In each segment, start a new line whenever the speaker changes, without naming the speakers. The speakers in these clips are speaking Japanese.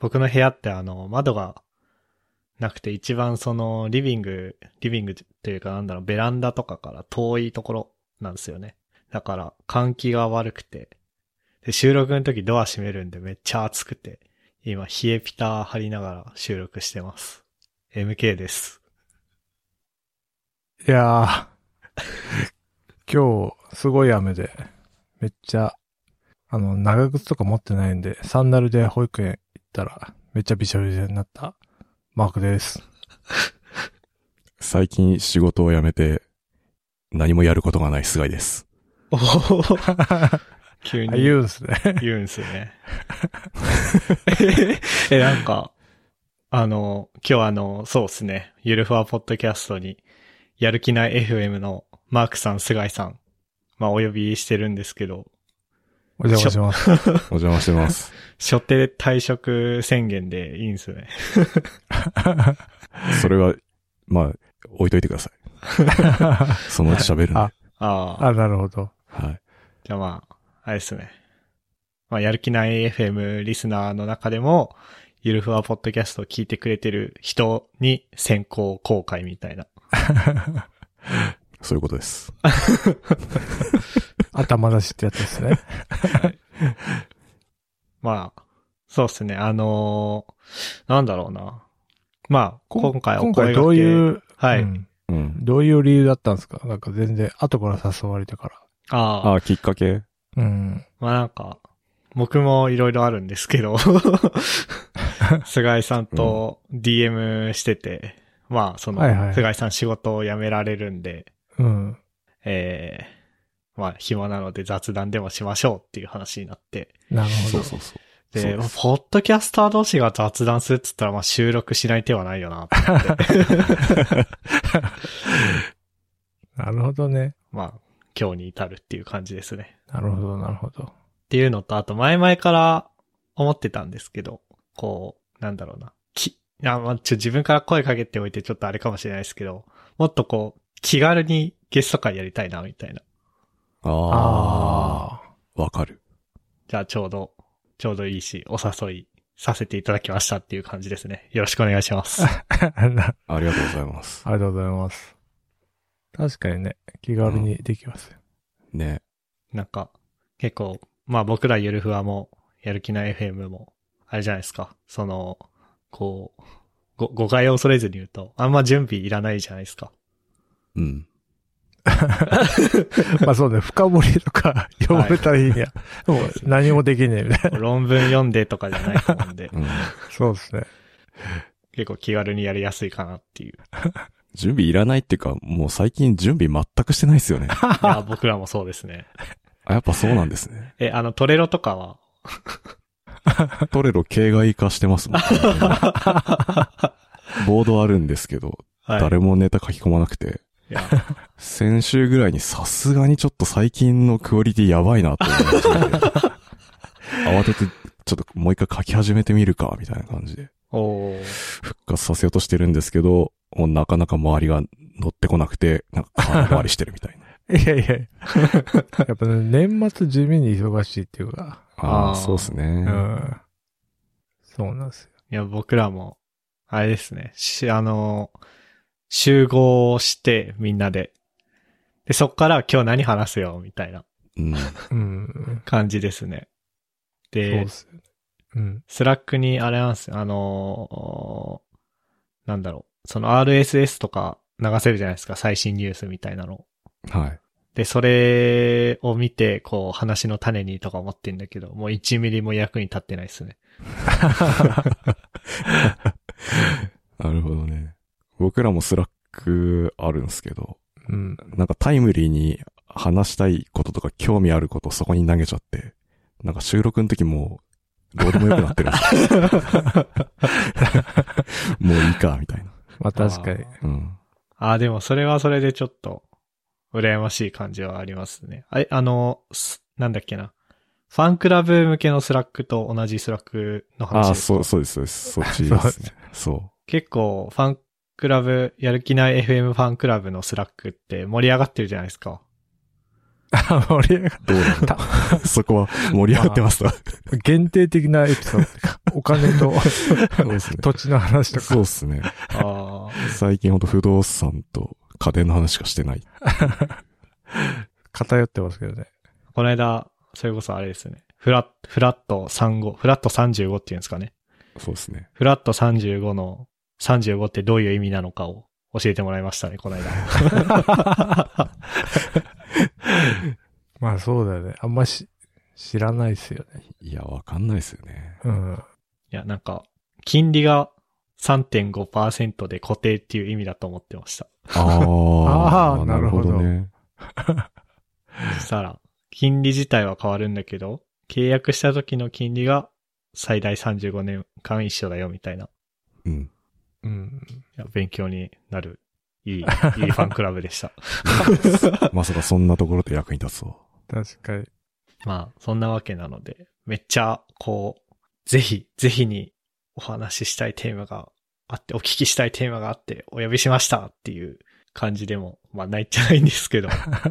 僕の部屋って窓がなくて一番そのリビングというかなんだろう、ベランダとかから遠いところなんですよね。だから換気が悪くて、で収録の時ドア閉めるんでめっちゃ暑くて、今冷えピタ貼りながら収録してます。MK です。
いやー、今日すごい雨で、めっちゃ、長靴とか持ってないんで、サンダルで保育園行ったら、めっちゃびしょびしょになったマークです。
最近仕事を辞めて、何もやることがない菅井です。
お急に
言うんすね。
言うんすね。なんか、今日そうですね、ゆるふわポッドキャストに、やる気ない FM のマークさん、菅井さん、お呼びしてるんですけど。
お邪魔します。
お邪魔してます。
初手退職宣言でいいんですね。
それは、置いといてください。そのうち喋るんで。
なるほど。
はい。
じゃああれですね。やる気ない FM リスナーの中でも、ゆるふわポッドキャストを聞いてくれてる人に先行公開みたいな。
そういうことです。
頭出しってやつですね。
そうですね。なんだろうな。今回お声掛け。
今回どういう、
はい、
どういう理由だったんですか？なんか全然後から誘われてから。
きっかけ？
僕もいろいろあるんですけど、菅井さんと DM してて、菅井さん仕事を辞められるんで、暇なので雑談でもしましょうっていう話になって。
なるほど。
そう。
で、ポッドキャスター同士が雑談するっつったら、収録しない手はないよなと思って。
なるほどね。
今日に至るっていう感じですね。
なるほど、なるほど。
っていうのと、あと前々から思ってたんですけど、自分から声かけておいてちょっとあれかもしれないですけど、もっと気軽にゲスト会やりたいな、みたいな。
わかる。
じゃあちょうどいいし、お誘いさせていただきましたっていう感じですね。よろしくお願いします。
ありがとうございます。
ありがとうございます。確かにね、気軽にできますよ。
ね。
結構、僕らゆるふわも、やる気ない FM も、あれじゃないですか。誤解を恐れずに言うと、あんま準備いらないじゃないですか。
そうね、深掘りとか読まれたらいいや。もう何もできねえみたいな。
論文読んでとかじゃないと思うんで。
そうですね。
結構気軽にやりやすいかなっていう。
準備いらないっていうか、もう最近準備全くしてないですよね。
いや、僕らもそうですね。
やっぱそうなんですね。
トレロとかは
トレロ形骸化してますもん、ね。ボードあるんですけど、誰もネタ書き込まなくて。先週ぐらいにさすがにちょっと最近のクオリティやばいなと思いましたね。慌ててちょっともう一回書き始めてみるか、みたいな感じで。復活させようとしてるんですけど、もうなかなか周りが乗ってこなくて、空回りしてるみたいな。
いや。やっぱね、年末地味に忙しいっていうか。
そうですね。
そうなんですよ。
いや、僕らも、あれですね。集合してみんなで。で、そっから今日何話すよ、みたいな。感じですね。で、
そうっすよね。
スラックにあれなんですよ。その RSS とか流せるじゃないですか。最新ニュースみたいなの。
はい。
で、それを見て、話の種にとか思ってんだけど、もう1ミリも役に立ってないですね。
なるほどね。僕らもスラックあるんですけど、タイムリーに話したいこととか興味あることそこに投げちゃって、収録の時もどうでもよくなってるんですよ。もういいか、みたいな。
確かに。
でもそれはそれでちょっと、羨ましい感じはありますね。なんだっけな。ファンクラブ向けのスラックと同じスラックの話ですか？
そうです。そっちですね。そう。
結構、ファンクラブ、やる気ない FM ファンクラブのスラックって盛り上がってるじゃないですか。
盛り上がって
どうだったそこは盛り上がってました。
限定的なエピソードか。 お金と
そうですね。
土地の話とか。
そうですね。
ああ。
最近ほんと不動産と家電の話しかしてない。
偏ってますけどね。
この間、それこそあれですよね。フラット35、フラット35っていうんですかね。
そうですね。
フラット35の35ってどういう意味なのかを教えてもらいましたね、この間。
まあそうだよね。あんま知らないですよね。
いや、わかんないですよね。
うん。
いや、なんか、金利が 3.5% で固定っていう意味だと思ってました。
ああ、
なるほど
ね。
そしたら、金利自体は変わるんだけど、契約した時の金利が最大35年間一緒だよみたいな。
うん。
うん。
いや、勉強になる、いいファンクラブでした。
まさかそんなところで役に立つわ。
確かに。
まあ、そんなわけなので、めっちゃ、こう、ぜひにお話ししたいテーマがあって、お聞きしたいテーマがあって、お呼びしましたっていう感じでも、まあ、ないじゃないんですけど。なんだ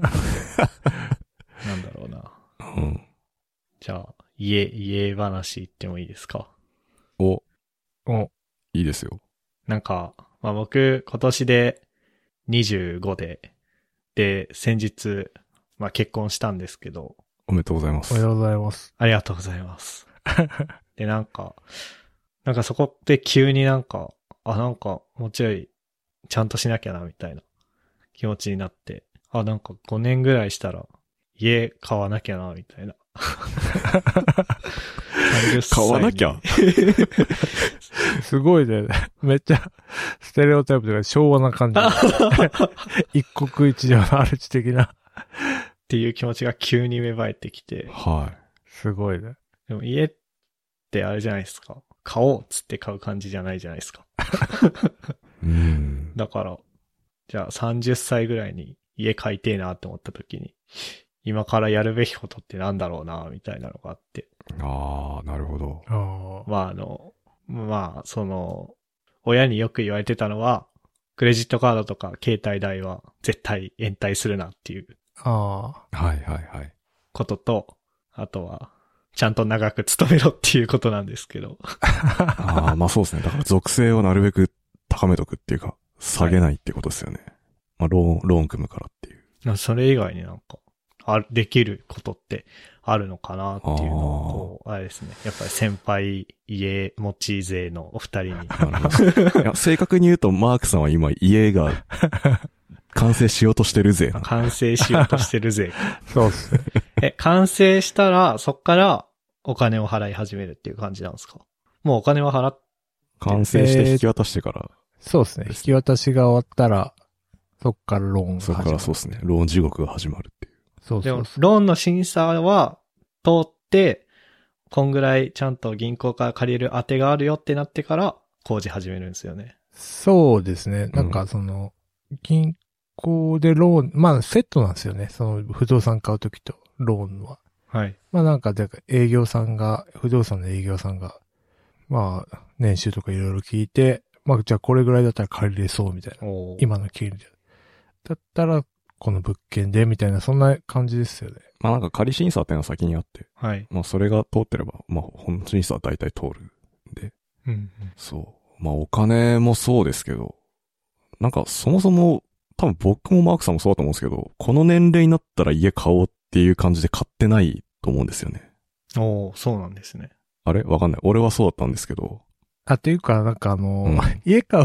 ろうな。
うん。
じゃあ、家話言ってもいいですか？
お、
いいですよ。
なんか、まあ僕、今年で25で、先日、まあ結婚したんですけど。
おめでとうございます。
おめでとうございます。
ありがとうございます。で、なんかそこって急になんかもうちょい、ちゃんとしなきゃな、みたいな気持ちになって、なんか5年ぐらいしたら、家買わなきゃな、みたいな。
買わなきゃ
すごいね。めっちゃ、ステレオタイプというか昭和な感じ。一国一城の主的な。
っていう気持ちが急に芽生えてきて。
はい。
すごいね。
でも家ってあれじゃないですか。買おうっつって買う感じじゃないじゃないですか。だから、じゃあ30歳ぐらいに家買いてえなって思った時に、今からやるべきことってなんだろうな、みたいなのがあって。
ああ、なるほど。
あ
親によく言われてたのは、クレジットカードとか携帯代は絶対延滞するなっていう
はいはいはい。
ことと、あとは、ちゃんと長く勤めろっていうことなんですけど。
まあそうですね。だから属性をなるべく高めとくっていうか、下げないってことですよね。まあローン組むからっていう。
それ以外になんか、できることってあるのかなっていうのを、あれですね。やっぱり先輩家持ち勢のお二人に。
いや正確に言うと、マークさんは今家が完成しようとしてるぜ。
完成しようとしてるぜ。
そうっすね。
完成したら、そっからお金を払い始めるっていう感じなんですか？もうお金は払って。
完成して引き渡してから。
そうですね。引き渡しが終わったら、そっからローンが始まる。
そっからそうですね。ローン地獄が始まるっていう。
そう
でも、ローンの審査は通って、こんぐらいちゃんと銀行から借りる当てがあるよってなってから工事始めるんですよね。
そうですね。なんか銀行でローン、まあセットなんですよね。その不動産買うときとローンは。
はい。
まあなんか、不動産の営業さんが、まあ年収とかいろいろ聞いて、まあじゃあこれぐらいだったら借りれそうみたいな。今の金利で。だったら、この物件でみたいな、そんな感じですよね。
まあなんか仮審査っていうのは先にあって。
はい。
まあそれが通ってれば、まあ本審査は大体通るんで。そう。まあお金もそうですけど、なんかそもそも、多分僕もマークさんもそうだと思うんですけど、この年齢になったら家買おうっていう感じで買ってないと思うんですよね。
そうなんですね。
あれわかんない。俺はそうだったんですけど。
っていうか、なんか家買うって、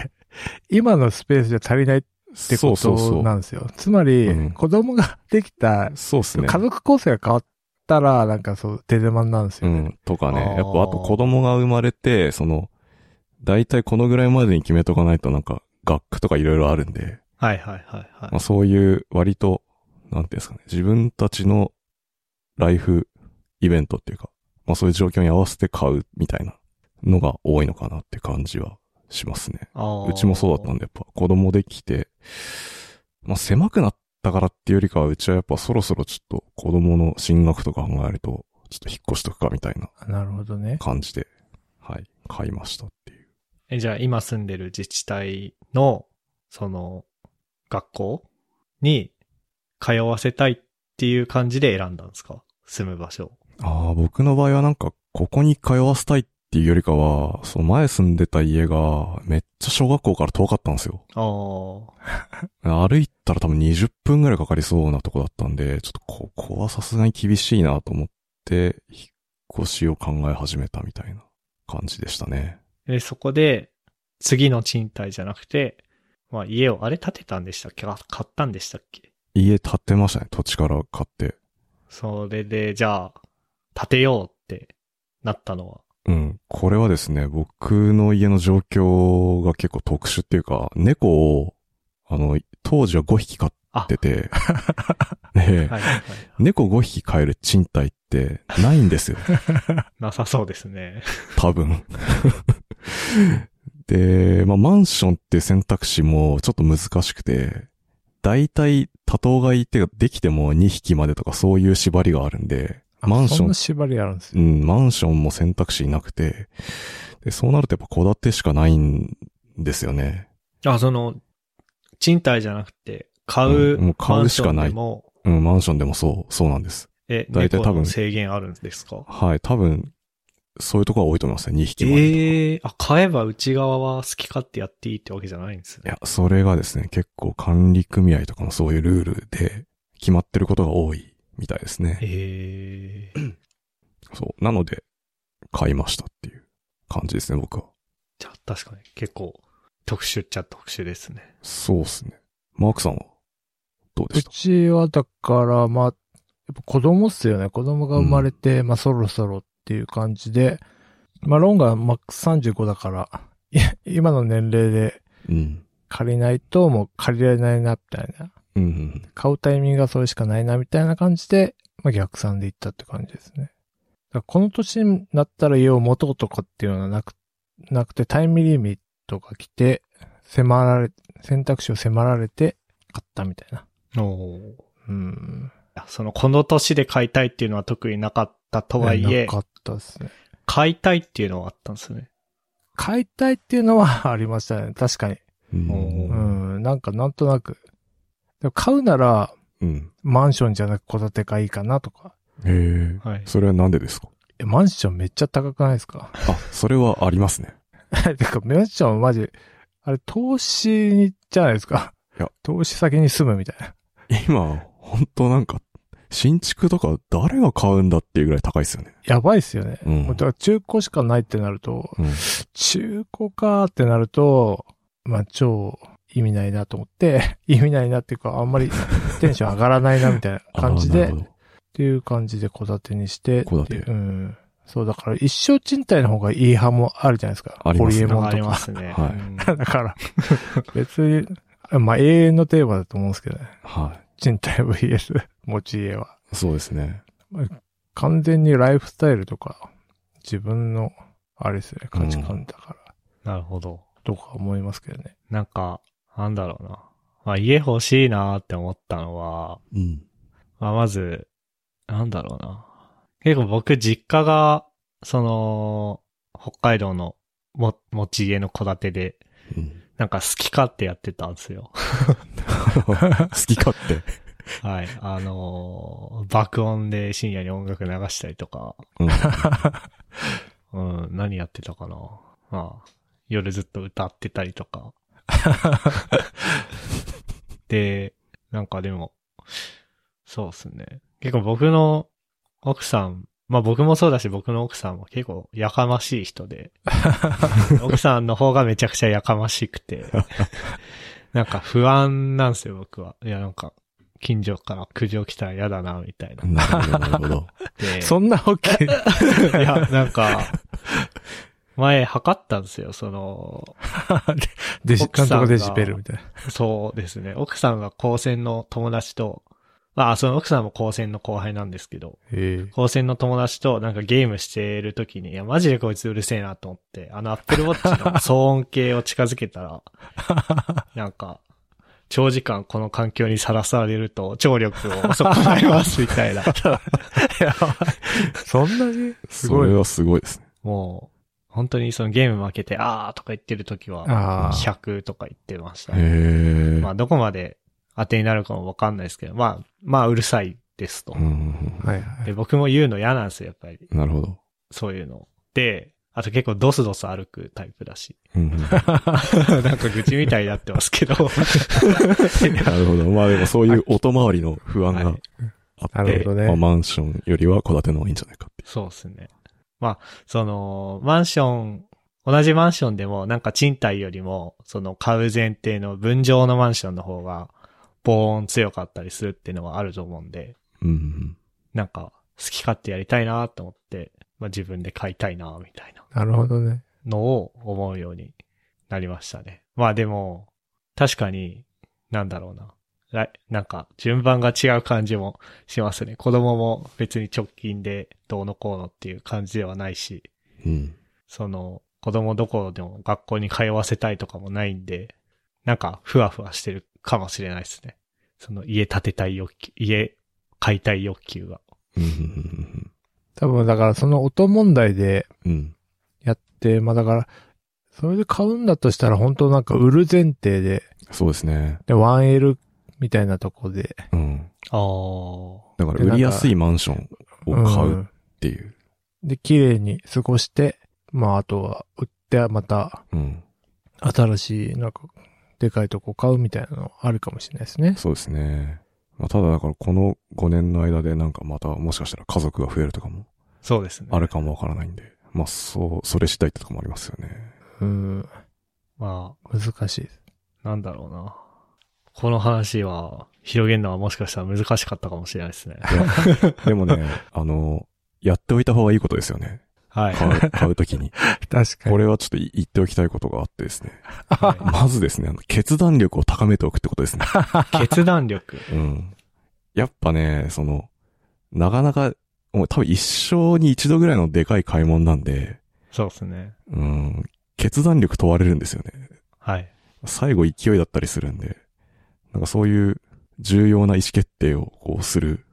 今のスペースじゃ足りないってことなんですよ。つまり、子供ができた、
そうですね。
家族構成が変わったら、なんかデデマンなんですよね。
とかね。やっぱあと子供が生まれて、だいたいこのぐらいまでに決めとかないとなんか、学区とかいろいろあるんで。
はいはいはいはい。
まあそういう割と、なんていうんですかね。自分たちのライフイベントっていうか、まあそういう状況に合わせて買うみたいなのが多いのかなって感じはしますね。うちもそうだったんで、やっぱ子供できて、まあ狭くなったからっていうよりかは、うちはやっぱそろそろちょっと子供の進学とか考えると、ちょっと引っ越しとくかみたいな。
なるほどね。
感じで、はい、買いましたっていう。
じゃあ今住んでる自治体の、学校に通わせたいっていう感じで選んだんですか？住む場所。
僕の場合はなんか、ここに通わせたいってっていうよりかは、その前住んでた家がめっちゃ小学校から遠かったんですよ。歩いたら多分20分ぐらいかかりそうなとこだったんで、ちょっとここはさすがに厳しいなと思って、引っ越しを考え始めたみたいな感じでしたね。
そこで、次の賃貸じゃなくて、まあ家を、建てたんでしたっけ？買ったんでしたっけ？
家建てましたね。土地から買って。
それで、じゃあ、建てようってなったのは。
うん。これはですね、僕の家の状況が結構特殊っていうか、猫を、当時は5匹飼ってて、ね、はいはいはい、猫5匹飼える賃貸ってないんですよ。
なさそうですね。
多分。で、まあ、マンションっていう選択肢もちょっと難しくて、だいたい多頭飼いってできても2匹までとかそういう縛りがあるんで、マンション。
そんな縛りあるんですよ。
うん、マンションも選択肢なくて、で、そうなるとやっぱ戸建てしかないんですよね。
賃貸じゃなくて、もう買うしかない。
マンションでもそうなんです。
だいたい多分。制限あるんですか？
はい、多分、そういうところが多いと思いますね、2匹までとか。
買えば内側は好き勝手やっていいってわけじゃないんですね。
いや、それがですね、結構管理組合とかもそういうルールで決まってることが多いみたいですね。そう。なので、買いましたっていう感じですね、僕は。
じゃあ、確かに結構特殊っちゃ特殊ですね。
そうですね。マークさんはどうでした？
うちはだから、まあ、やっぱ子供っすよね。子供が生まれて、まあそろそろっていう感じで、まあローンがマックス35だから、今の年齢で借りないともう借りられないな、みたいな。買うタイミングがそれしかないな、みたいな感じで、まあ逆算でいったって感じですね。だからこの年になったら家を持とうとかっていうのはなくてタイムリミットが来て、選択肢を迫られて買ったみたいな。
この年で買いたいっていうのは特になかったとはいえ。
なかったですね。
買いたいっていうのはあったんですね。
買いたいっていうのはありましたね。確かに。なんとなく。でも買うなら、マンションじゃなく戸建てがいいかなとか。
はい。それはなんでですか？
マンションめっちゃ高くないですか？
それはありますね。
てか、マンションマジ、あれ投資じゃないですか。いや、投資先に住むみたいな。
今、本当新築とか誰が買うんだっていうぐらい高いですよね。
やばいっすよね。だから中古しかないってなると、中古かってなると、まあ超意味ないなと思って、意味ないなっていうか、あんまりテンション上がらないなみたいな感じで、っていう感じで戸建てにして、
戸建て。
そう、だから一生賃貸の方がいい派もあるじゃないですか。
ありますね。
ホリエモンとか。ありますね。
はい。
だから、別に、まあ永遠のテーマだと思うんですけどね。
はい。
賃貸 VS 持ち家は。
そうですね。
完全にライフスタイルとか、自分の、あれですね、価値観だから。
なるほど。
とか思いますけどね。
なんだろうな。まあ家欲しいなーって思ったのは、まあまず、なんだろうな。結構僕実家が、北海道の持ち家の戸建てで、好き勝手やってたんですよ。
好き勝手。
はい。爆音で深夜に音楽流したりとか。何やってたかな。まあ、夜ずっと歌ってたりとか。で、でも、そうですね。結構僕の奥さん、まあ僕もそうだし僕の奥さんも結構やかましい人で、奥さんの方がめちゃくちゃやかましくて、不安なんですよ僕は。いや近所から苦情来たら嫌だなみたいな。
なるほど。
でそんな大きい。
いや、前測ったんですよ、
なんとかデシベルみたいな。
そうですね。奥さんが高専の友達と、その奥さんも高専の後輩なんですけど、高専の友達とゲームしてる時に、いや、マジでこいつうるせえなと思って、Apple Watch の騒音計を近づけたら、長時間この環境にさらされると聴力を損ないますみたいな。
そんなに
すごい。それはすごいですね。
もう、本当にゲーム負けて、とか言ってる時は、100とか言ってましたね。まあ、どこまで当てになるかもわかんないですけど、まあ、うるさいですと。で、僕も言うの嫌なんですよ、やっぱり。
なるほど。
そういうの。で、 あと結構ドスドス歩くタイプだし。
うんうん、
なんか愚痴みたいになってますけど。
なるほど。まあでもそういう音回りの不安があって、
なるほどね。
まあ、マンションよりは戸建ての方がいいんじゃないかって。
そうですね。まあ、マンション、同じマンションでもなんか賃貸よりも、買う前提の分譲のマンションの方が、防音強かったりするっていうのはあると思うんで、
うん。
なんか、好き勝手やりたいなと思って、まあ自分で買いたいなみたいな。
なるほどね。
のを思うようになりましたね。まあでも、確かに、なんだろうな。なんか、順番が違う感じもしますね。子供も別に直近でどうのこうのっていう感じではないし、
うん。
子供どころでも学校に通わせたいとかもないんで、なんか、ふわふわしてるかもしれないですね。家建てたい欲求、家買いたい欲求が。
多分だからその音問題でやって、まあだから、それで買うんだとしたら本当なんか売る前提で。
そうですね。
で、1L みたいなとこで。
うん。
ああ。
だから売りやすいマンションを買うっていう。
で、綺麗に過ごして、まああとは売ってまた、新しいなんか、でかいとこ買うみたいなのあるかもしれないですね。
そうですね。まあ、ただだからこの5年の間でなんかまたもしかしたら家族が増えるとかも。
そうですね。
あるかもわからないんで。まあそれ次第ってとこもありますよね。
まあ。
難しいです。
なんだろうな。この話は広げるのはもしかしたら難しかったかもしれないですね。
でもね、やっておいた方がいいことですよね。
はい。
買うときに。
確かに。
これはちょっと言っておきたいことがあってですね。はい、まずですね、決断力を高めておくってことですね。
決断力
うん。やっぱね、なかなか、もう多分一生に一度ぐらいのでかい買い物なんで。
そうですね。
うん。決断力問われるんですよね。
はい。
最後勢いだったりするんで。なんかそういう重要な意思決定をこうする。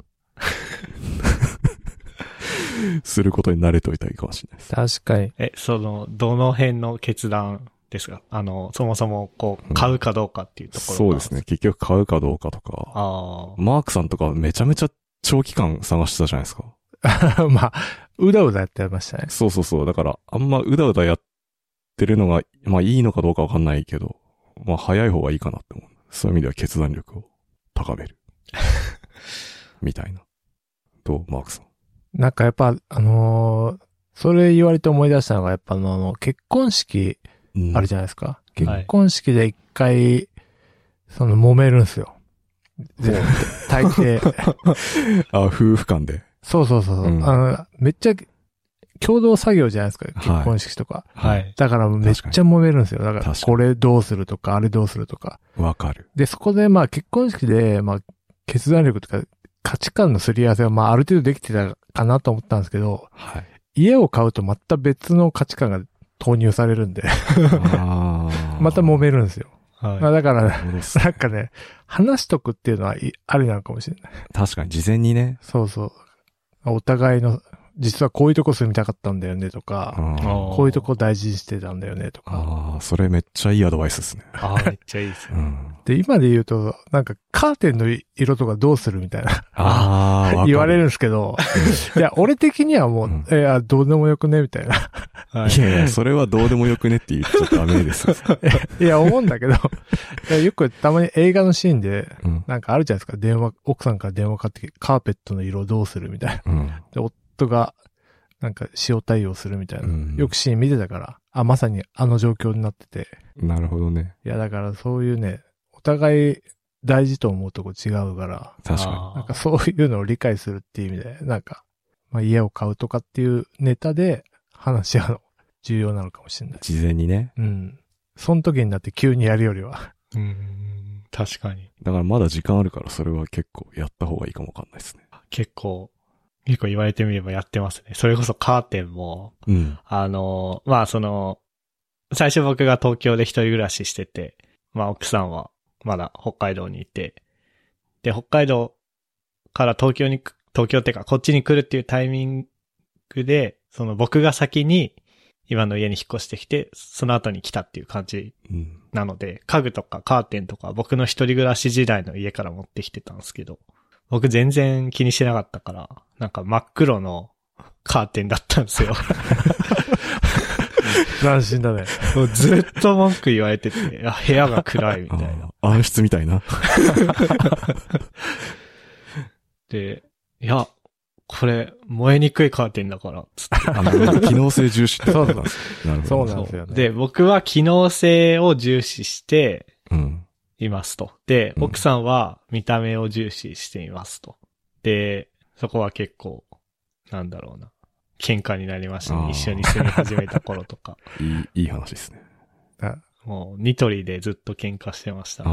することに慣れておいたらいいかもしれないです。
確かに。
どの辺の決断ですか？そもそも、買うかどうかっていうところ、
そうですね。結局買うかどうかとか。マークさんとかめちゃめちゃ長期間探してたじゃないですか。
まあ、うだうだやってましたね。
そうそうそう。だから、あんまうだうだやってるのが、まあいいのかどうかわかんないけど、まあ早い方がいいかなって思う。そういう意味では決断力を高める。みたいな。どうマークさん。
なんかやっぱ、それ言われて思い出したのが、やっぱ結婚式、あるじゃないですか。結婚式で一回、揉めるんですよ。で、大抵。
夫婦間で。
そうそうそう。めっちゃ、共同作業じゃないですか。結婚式とか。
はい。
だからめっちゃ揉めるんですよ。だから、これどうするとか、あれどうするとか。
わかる。
で、そこでまあ結婚式で、まあ、決断力とか、価値観のすり合わせはまあある程度できてたかなと思ったんですけど、
はい、
家を買うとまた別の価値観が投入されるんでまた揉めるんですよ。はい、まあだから、なんかね、話しとくっていうのはありなのかもしれない。
確かに事前にね。
そうそう。お互いの、実はこういうとこ住みたかったんだよねとか、こういうとこ大事にしてたんだよねとか。
それめっちゃいいアドバイスですね。
めっちゃいいですね。
で、今で言うと、なんかカーテンの色とかどうするみたいな。言われるんですけど、いや、俺的にはもう、いや、どうでもよくねみたいな。
いやいや、それはどうでもよくねって言っちゃダメですよ。
いや、思うんだけど、よくたまに映画のシーンで、なんかあるじゃないですか、奥さんから電話かかってきて、カーペットの色どうするみたいな。で、夫が、なんか塩対応するみたいな。よくシーン見てたから、まさにあの状況になってて。
なるほどね。
いや、だからそういうね、お互い大事と思うとこ違うから。
確かに。
なんかそういうのを理解するっていう意味で、なんか、まあ家を買うとかっていうネタで話し合うの重要なのかもしれない。
事前にね。
その時になって急にやるよりは。
確かに。
だからまだ時間あるからそれは結構やった方がいいかもわかんないですね。
結構言われてみればやってますね。それこそカーテンも、まあ最初僕が東京で一人暮らししてて、まあ奥さんはまだ北海道にいて、で、北海道から東京ってかこっちに来るっていうタイミングで、僕が先に今の家に引っ越してきて、その後に来たっていう感じなので、家具とかカーテンとか僕の一人暮らし時代の家から持ってきてたんですけど、僕全然気にしてなかったから、なんか真っ黒のカーテンだったんですよ。
斬新だね。
もうずっと文句言われてて、部屋が暗いみたいな。
暗室みたいな。
で、いや、これ、燃えにくいカーテンだから、つって。
機能性重視って
そうなんです。
なるほど。
そうなんですよね。
で、僕は機能性を重視して
うん。
いますと。で、
うん
奥さんは見た目を重視していますと。で、そこは結構、なんだろうな。喧嘩になりましたね。一緒に住み始めた頃とか。
いい話ですね。
もう、ニトリでずっと喧嘩してましたね。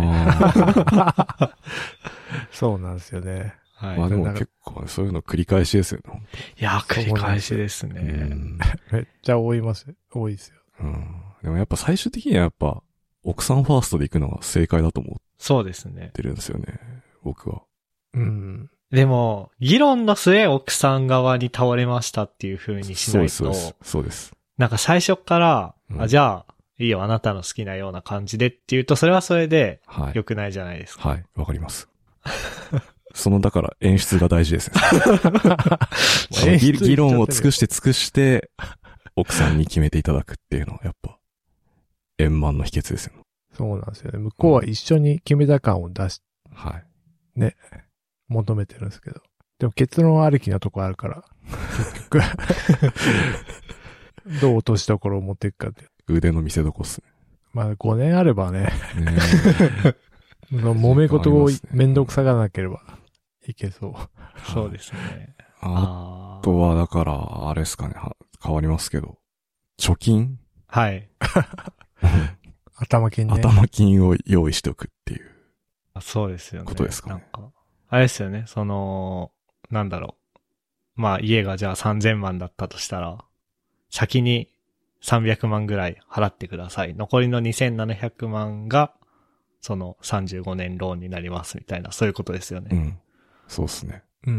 そうなんですよね。
はい。
まあでも結構ね、そういうの繰り返しですよね。
いや、繰り返しですね。
めっちゃ多いですよ。
うん。でもやっぱ最終的にはやっぱ、奥さんファーストで行くのが正解だと思
そうですね
っ。てるんですよね。僕は。
うん。
でも、議論の末奥さん側に倒れましたっていう風にしないと、
そうです。
なんか最初から、
うん、
じゃあ、いいよ、あなたの好きなような感じでっていうと、それはそれで、良くないじゃないですか。
はい、わかります。だから演出が大事ですね。議論を尽くして、奥さんに決めていただくっていうのは、やっぱ、円満の秘訣ですよ。
そうなんですよね。向こうは一緒に決めた感を出し、
はい。
ね、求めてるんですけど。でも結論ありきなとこあるから、結局、どう落としどころを持っていくかって。
腕の見せ所っすね。
まあ5年あればね、揉め事をめんどくさがなければいけそう。
そうですね。
あとは、だから、あれですかね、変わりますけど、貯金
はい。
頭金ね。
頭金を用意しておくっていう。
そうですよね。
ことですかね。
なんか、あれですよね、なんだろう。まあ、家がじゃあ3000万だったとしたら、先に300万ぐらい払ってください。残りの2700万が、35年ローンになりますみたいな、そういうことですよね。
うん。そうっすね。
うん。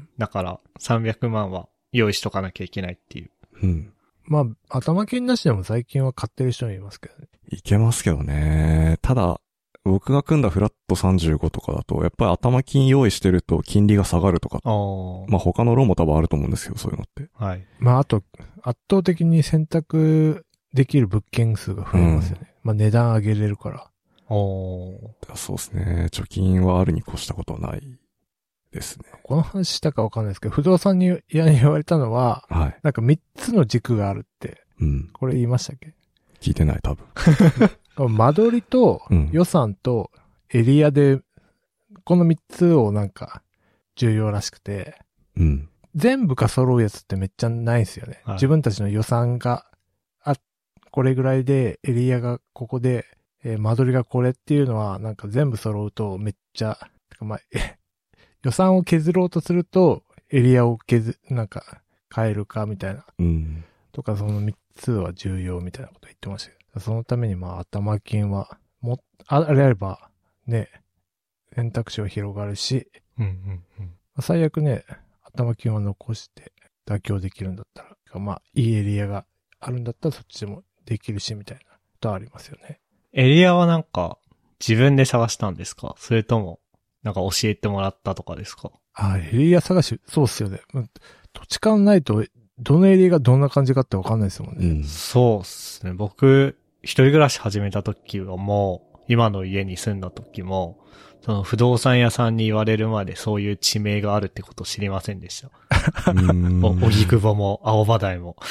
だから、300万は用意しとかなきゃいけないっていう。
うん。
まあ、頭金なしでも最近は買ってる人もいますけどね。
いけますけどね。ただ、僕が組んだフラット35とかだと、やっぱり頭金用意してると金利が下がるとか。まあ他のローンも多分あると思うんですよ、そういうのって。はい。
まああと、圧倒的に選択できる物件数が増えますよね。まあ値段上げれるから。
そうですね。貯金はあるに越したことはないですね。
この話したかわかんないですけど、不動産に言われたのは、
はい。
なんか3つの軸があるって。
うん。
これ言いましたっけ？
聞いてない、多分。
間取りと予算とエリアで、この3つをなんか重要らしくて、
うん、
全部が揃うやつってめっちゃないんですよね。はい、自分たちの予算がこれぐらいで、エリアがここで、間取りがこれっていうのはなんか全部揃うとめっちゃ、まあ、予算を削ろうとするとエリアをなんか変えるかみたいな。
うん、
とかその3つは重要みたいなこと言ってましたけど。そのためにまあ頭金はあればね、選択肢は広がるし、最悪ね、頭金を残して妥協できるんだったら、まあいいエリアがあるんだったらそっちでもできるしみたいなことはありますよね。
エリアはなんか自分で探したんですか？それともなんか教えてもらったとかですか？
エリア探し、そうっすよね。土地勘ないとどのエリアがどんな感じかってわかんないですもんね。
そうっすね。僕、一人暮らし始めた時はもう、今の家に住んだ時も、その不動産屋さんに言われるまでそういう地名があるってことを知りませんでした。荻窪も青葉台も。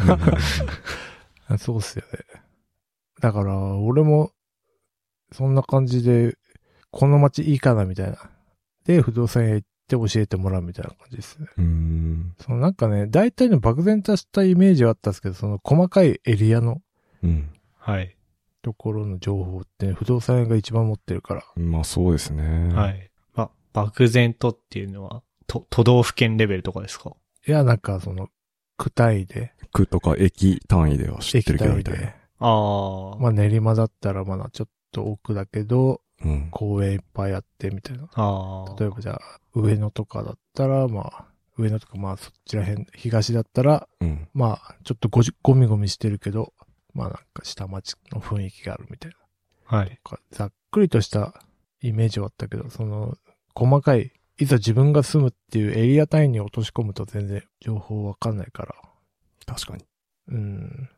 そうっすよね。だから、俺も、そんな感じで、この街いいかなみたいな。で、不動産屋行って教えてもらうみたいな感じですね。そのなんかね、大体の漠然としたイメージはあったんですけど、その細かいエリアの、
はい。
ところの情報って、ね、不動産屋が一番持ってるから。
まあそうですね。
はい。漠然とっていうのは、都道府県レベルとかですか？
いや、なんかその、区単位で。
区とか駅単位では知ってるけどみたいな。
まあ練馬だったらまだちょっと奥だけど、公園いっぱいあってみたいな。例えばじゃあ、上野とかだったら、まあ、上野とかまあそっちら辺、東だったら、まあ、ちょっとゴミゴミしてるけど、まあなんか下町の雰囲気があるみたいな。はい。ざっくりとしたイメージはあったけど、その、細かい、いざ自分が住むっていうエリア単位に落とし込むと全然情報わかんないから。
確かに。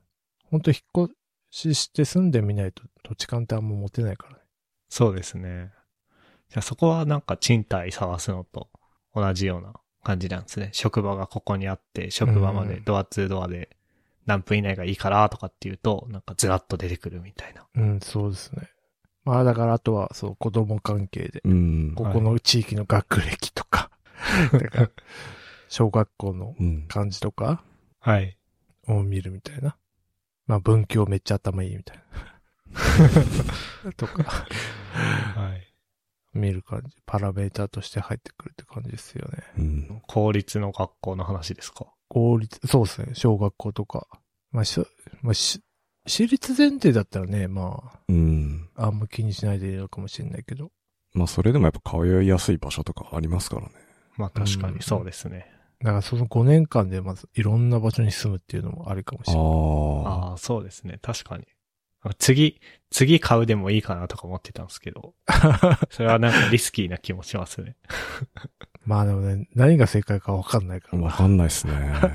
本当引っ越しして住んでみないと土地勘ってあんま持てないからね。
そうですね。じゃあそこはなんか賃貸探すのと同じような感じなんですね。職場がここにあって、職場までドア2ドアで何分以内がいいからとかっていうと、なんかずらっと出てくるみたいな。
うん、そうですね。まあだからあとはそう子供関係で、
うん。
ここの地域の学歴とか、だから小学校の
うん。
感じとか
はい。
を見るみたいな。まあ文教めっちゃ頭いいみたいな。とか、
はい。
見る感じ。パラメーターとして入ってくるって感じですよね。
うん。
公立の学校の話ですか？
公立、そうですね。小学校とか。まあ、私立前提だったらね、ま
うん。
あ、あんま気にしないでいいのかもしれないけど。
まあそれでもやっぱ通いやすい場所とかありますからね。
まあ確かにそうですね。
だからその5年間でまずいろんな場所に住むっていうのもありかもしれない。
あ
ああ、そうですね。確かに。次買うでもいいかなとか思ってたんですけど、それはなんかリスキーな気もしますね。
まあでもね、何が正解かわかんないか
あ。
ら。
わかんないっすね。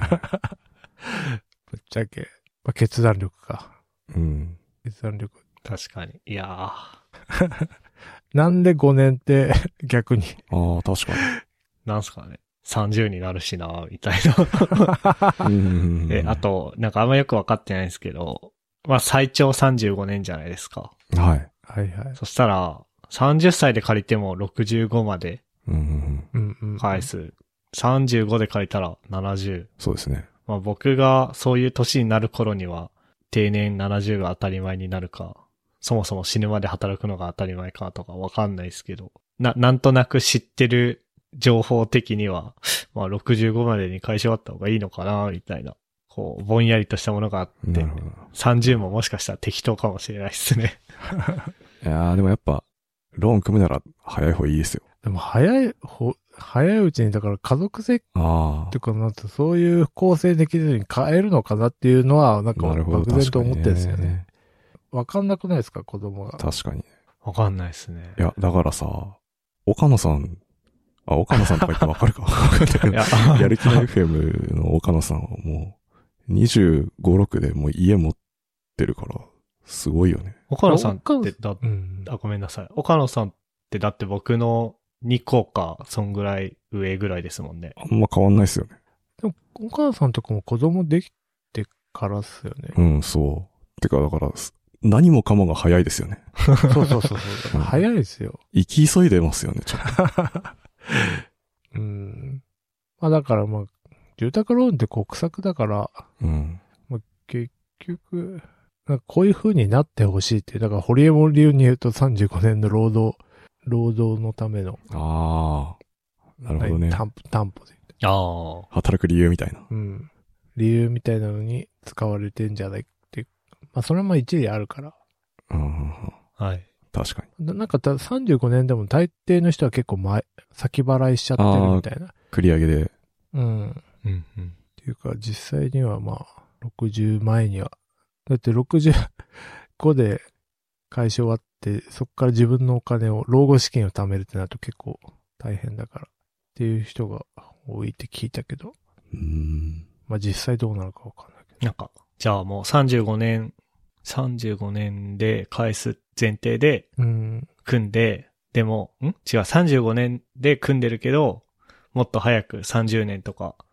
ぶっちゃけ、まあ、決断力か。
うん。
決断力。
確かに。いや
なんで5年って逆に。
ああ、確か
ー、なんすかね。30になるしな、みたいな。
に。うん。
あと、なんかあんまよくわかってないんですけど、まあ最長35年じゃないですか。
はい。
はいはい。
そしたら、30歳で借りても65まで
うん。
うんうん。
返す。35で借りたら70。
そうですね。
まあ僕がそういう年になる頃には定年70が当たり前になるか、そもそも死ぬまで働くのが当たり前かとかわかんないですけど、なんとなく知ってる情報的には、まあ65までに返し終わった方がいいのかな、みたいな、こう、ぼんやりとしたものがあって
なる、ほど。
30ももしかしたら適当かもしれないですね。
いやーでもやっぱ、ローン組むなら早い方がいいですよ。
でも早いうちに、だから家族設
あ
計とかなってそういう構成できずに変えるのかなっていうのは、なん
あ。
か
なるほど。
漠然と思ってるんですよね。
確かにね。
わかんなくないですか、子供が。
確かに。
わかんないですね
い。や、だからさ、岡野さんとか言ってわかるか
いや、
やる気の FM の岡野さんはもう、25、6でもう家持ってるから、すごいよね。
岡野さんって
うん。
ごめんなさい。岡野さんってだって僕の2個か、そんぐらい上ぐらいですもんね。
あんま変わんないっすよね。
でも、お母さんとかも子供できてからっすよね。
うん、そう。てか、だから、何もかもが早いですよね。
そうそうそうそう。
うん
早いですよ。
生き急いでますよね、ちょっ
うん。まあだからまあ、住宅ローンって国策だから、
と。うん。
結局、なんかこういう風になってほしいって、だからホリエモン流に言うと35年の労働のための、
ああ。なるほどね。
担保で。
ああ。
働く理由みたいな。
うん。理由みたいなのに使われてんじゃないっていう。まあそれはまあ一理あるから。
うん。
はい。
確かに。
なんか35年でも大抵の人は結構先払いしちゃってるみたいな。
繰り上げで。
うん。
うんうん。
っていうか実際にはまあ60前には。だって65で返し終わって、そこから自分のお金を、老後資金を貯めるってなると結構大変だからっていう人が多いって聞いたけど。まあ実際どうなるかわかんないけど。
なんか、じゃあもう35年で返す前提で
うん。
組んで、でも、違う、35年で組んでるけど、もっと早く30年とか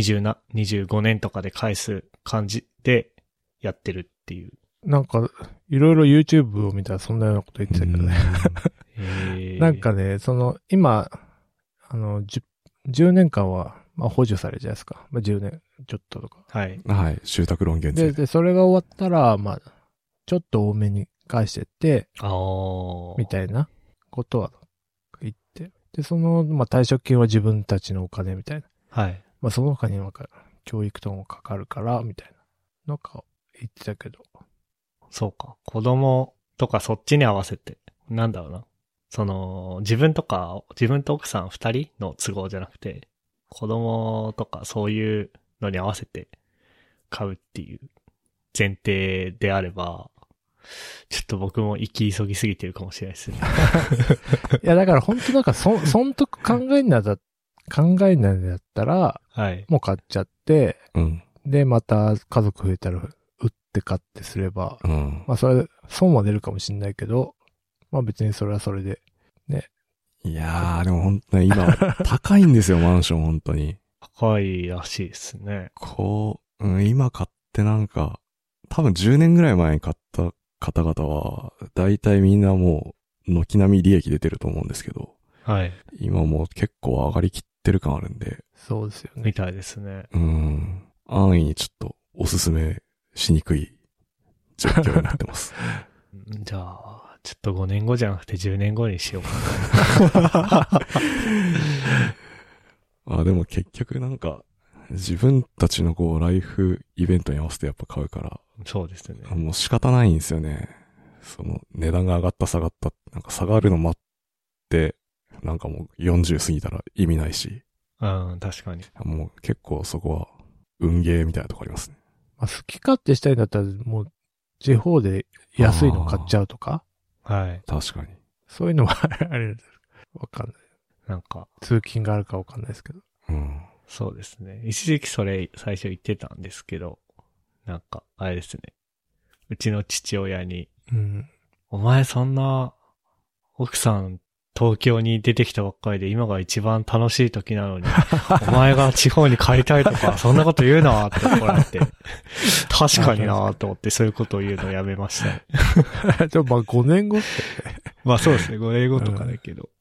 25年とかで返す感じでやってるっていう。
なんか、いろいろ YouTube を見たらそんなようなこと言ってたけどね。なんかね、今、10年間は、まあ補助されるじゃないですか。まあ10年ちょっととか。
はい。
はい。住宅ローン減税。
で、それが終わったら、まあ、ちょっと多めに返してって、
ああ。
みたいなことは言って。で、まあ退職金は自分たちのお金みたいな。
はい。
まあその他になんか、教育ともかかるから、みたいな。なんか言ってたけど。
そうか。子供とかそっちに合わせて、なんだろうな。自分と奥さん二人の都合じゃなくて、子供とかそういうのに合わせて買うっていう前提であれば、ちょっと僕も生き急ぎすぎてるかもしれないですね。
いや、だから本当なんか損得考えんだったら、
はい。
もう買っちゃって、
うん。
で、また家族増えたら売っってかってすれば、
うん。
まあそれ、損は出るかもしれないけど、まあ別にそれはそれで、ね。
いやー、でも本当に今、高いんですよ、マンション、本当に。
高いらしいですね。
今買ってなんか、多分10年ぐらい前に買った方々は、だいたいみんなもう、軒並み利益出てると思うんですけど、
はい。
今もう結構上がりきってる感あるんで、
そうですよね。
みたいですね。
安易にちょっとおすすめしにくい状況になってます。
じゃあ、ちょっと5年後じゃなくて10年後にしようかな。
でも結局なんか、自分たちのこう、ライフイベントに合わせてやっぱ買うから、
そうですね。
もう仕方ないんですよね。その、値段が上がった下がった、なんか下がるの待って、なんかもう40過ぎたら意味ないし、
うん、確かに。
もう結構そこは、運ゲーみたいなとこありますね。
まあ好き勝手したいんだったら、もう、地方で安いの買っちゃうとか、
はい。
確かに。
そういうのはあれです。わかんない。
なんか、
通勤があるかわかんないですけど。
そうですね。一時期それ最初言ってたんですけど、なんか、あれですね。うちの父親に、お前そんな、奥さん東京に出てきたばっかりで今が一番楽しい時なのに、お前が地方に帰りたいとか、そんなこと言うなって怒られて、確かになと思ってそういうことを言うのをやめましたね。
でもまあ5年後ってね。
まあそうですね、5年後とかだけど。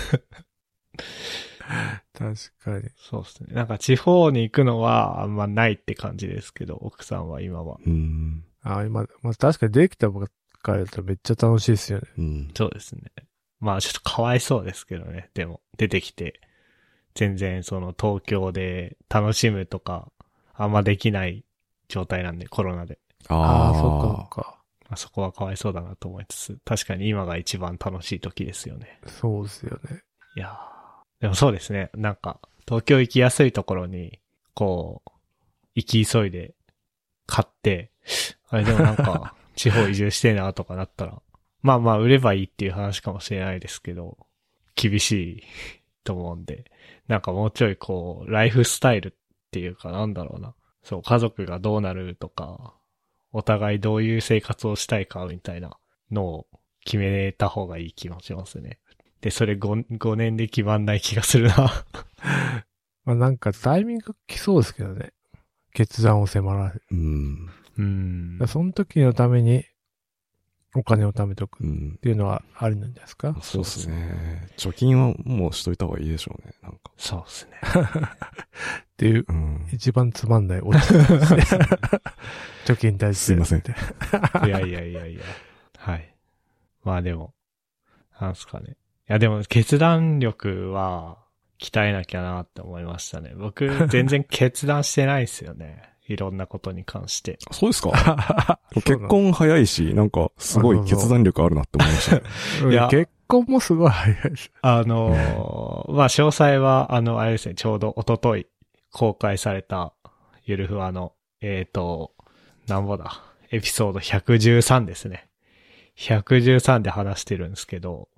確かに。
そうですね。なんか地方に行くのはあんまないって感じですけど、奥さんは今は。
今、まあ確かにできたばっかりだったらめっちゃ楽しいですよね。
そうですね。まあちょっとかわいそうですけどね。でも、出てきて、全然その東京で楽しむとか、あんまできない状態なんで、コロナで。
ああ、そっか。
まあ、そこはかわいそうだなと思いつつ、確かに今が一番楽しい時ですよね。
そうですよね。
いやー、でもそうですね。なんか、東京行きやすいところに、こう、行き急いで買って、あれでもなんか、地方移住してえなとかなったら、まあまあ売ればいいっていう話かもしれないですけど、厳しいと思うんで、なんかもうちょいこう、ライフスタイルっていうかなんだろうな。そう、家族がどうなるとか、お互いどういう生活をしたいかみたいなのを決めた方がいい気もしますね。で、それ5年で決まんない気がするな。
まあなんかタイミング来そうですけどね。決断を迫られる。その時のためにお金を貯めとくっていうのはありなんじゃないですか。
そうですね。貯金はもうしといた方がいいでしょうね。なんか。
そうですね。
っていう、一番つまんないオチですね。貯金に対して。
すいません。
いや。はい。まあでも、なんすかね。いやでも決断力は鍛えなきゃなって思いましたね。僕全然決断してないですよね。いろんなことに関して。
そうですか結婚早いし、なんかすごい決断力あるなって思いましたね。
いや、結婚もすごい早いです。
まあ詳細はあれですね、ちょうど一昨日公開されたゆるふわの、なんぼだ、エピソード113ですね。113で話してるんですけど、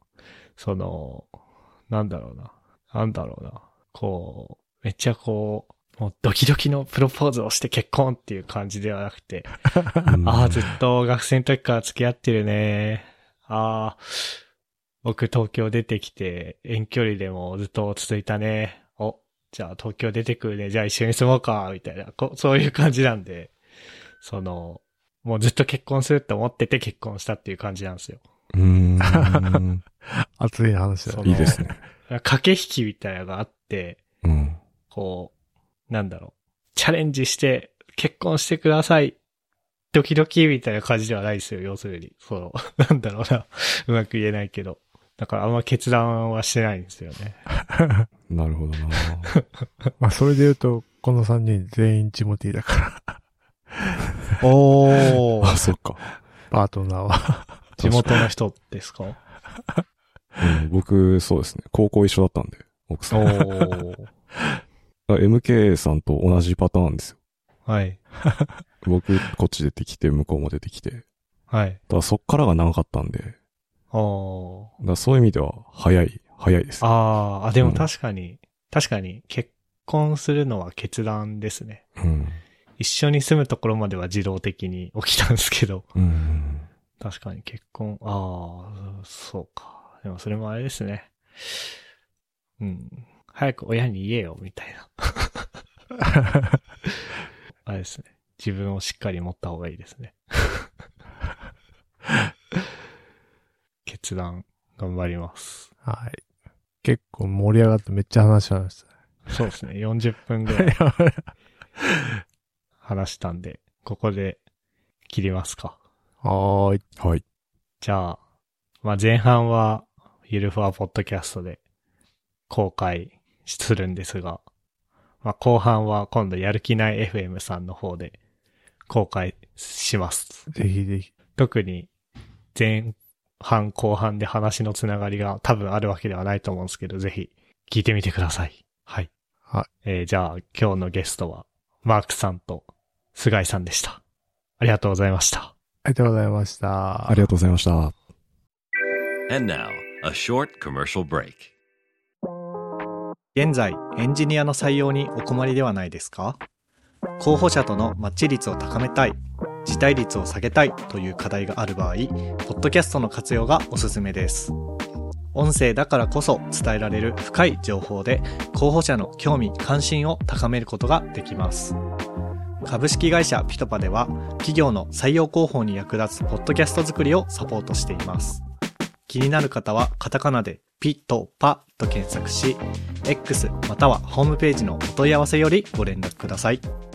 なんだろうな。こう、めっちゃこう、もうドキドキのプロポーズをして結婚っていう感じではなくて、ずっと学生の時から付き合ってるね。僕東京出てきて遠距離でもずっと続いたね。じゃあ東京出てくるね。じゃあ一緒に住もうか、みたいな、そういう感じなんで、もうずっと結婚するって思ってて結婚したっていう感じなんですよ。
熱い話だ。
いいですね。
駆け引きみたいなのがあって、こう、なんだろう。チャレンジして、結婚してください。ドキドキみたいな感じではないですよ、要するに。なんだろうな。うまく言えないけど。だからあんま決断はしてないんですよね。
なるほどな。
まあそれで言うと、この3人全員チモティだから。
そっか。
パートナーは。
地元の人ですか？
僕、そうですね。高校一緒だったんで、奥さん。MK さんと同じパターンですよ。
はい。
僕、こっち出てきて、向こうも出てきて。
はい。
だからそっからが長かったんで。だからそういう意味では、早いです。
でも確かに、結婚するのは決断ですね。 一緒に住むところまでは自動的に起きたんですけど。確かに結婚、そうか。でもそれもあれですね。早く親に言えよ、みたいな。あれですね。自分をしっかり持った方がいいですね。決断、頑張ります。
はい。結構盛り上がってめっちゃ話しましたね。
そうですね。40分ぐらい話したんで、ここで切りますか。
はい。
じゃあ、前半はゆるふわポッドキャストで公開するんですが、後半は今度やる気ない FM さんの方で公開します。
ぜひぜひ。
特に前半後半で話のつながりが多分あるわけではないと思うんですけど、ぜひ聞いてみてください。はい。じゃあ今日のゲストはマークさんと菅井さんでした。ありがとうございました。
ありがとうございました。
ありがとうございました。
And now, a short commercial break.
現在、エンジニアの採用にお困りではないですか？候補者とのマッチ率を高めたい、辞退率を下げたいという課題がある場合、ポッドキャストの活用がおすすめです。音声だからこそ伝えられる深い情報で、候補者の興味・関心を高めることができます。株式会社ピトパでは、企業の採用広報に役立つポッドキャスト作りをサポートしています。気になる方はカタカナでピトパと検索し、X またはホームページのお問い合わせよりご連絡ください。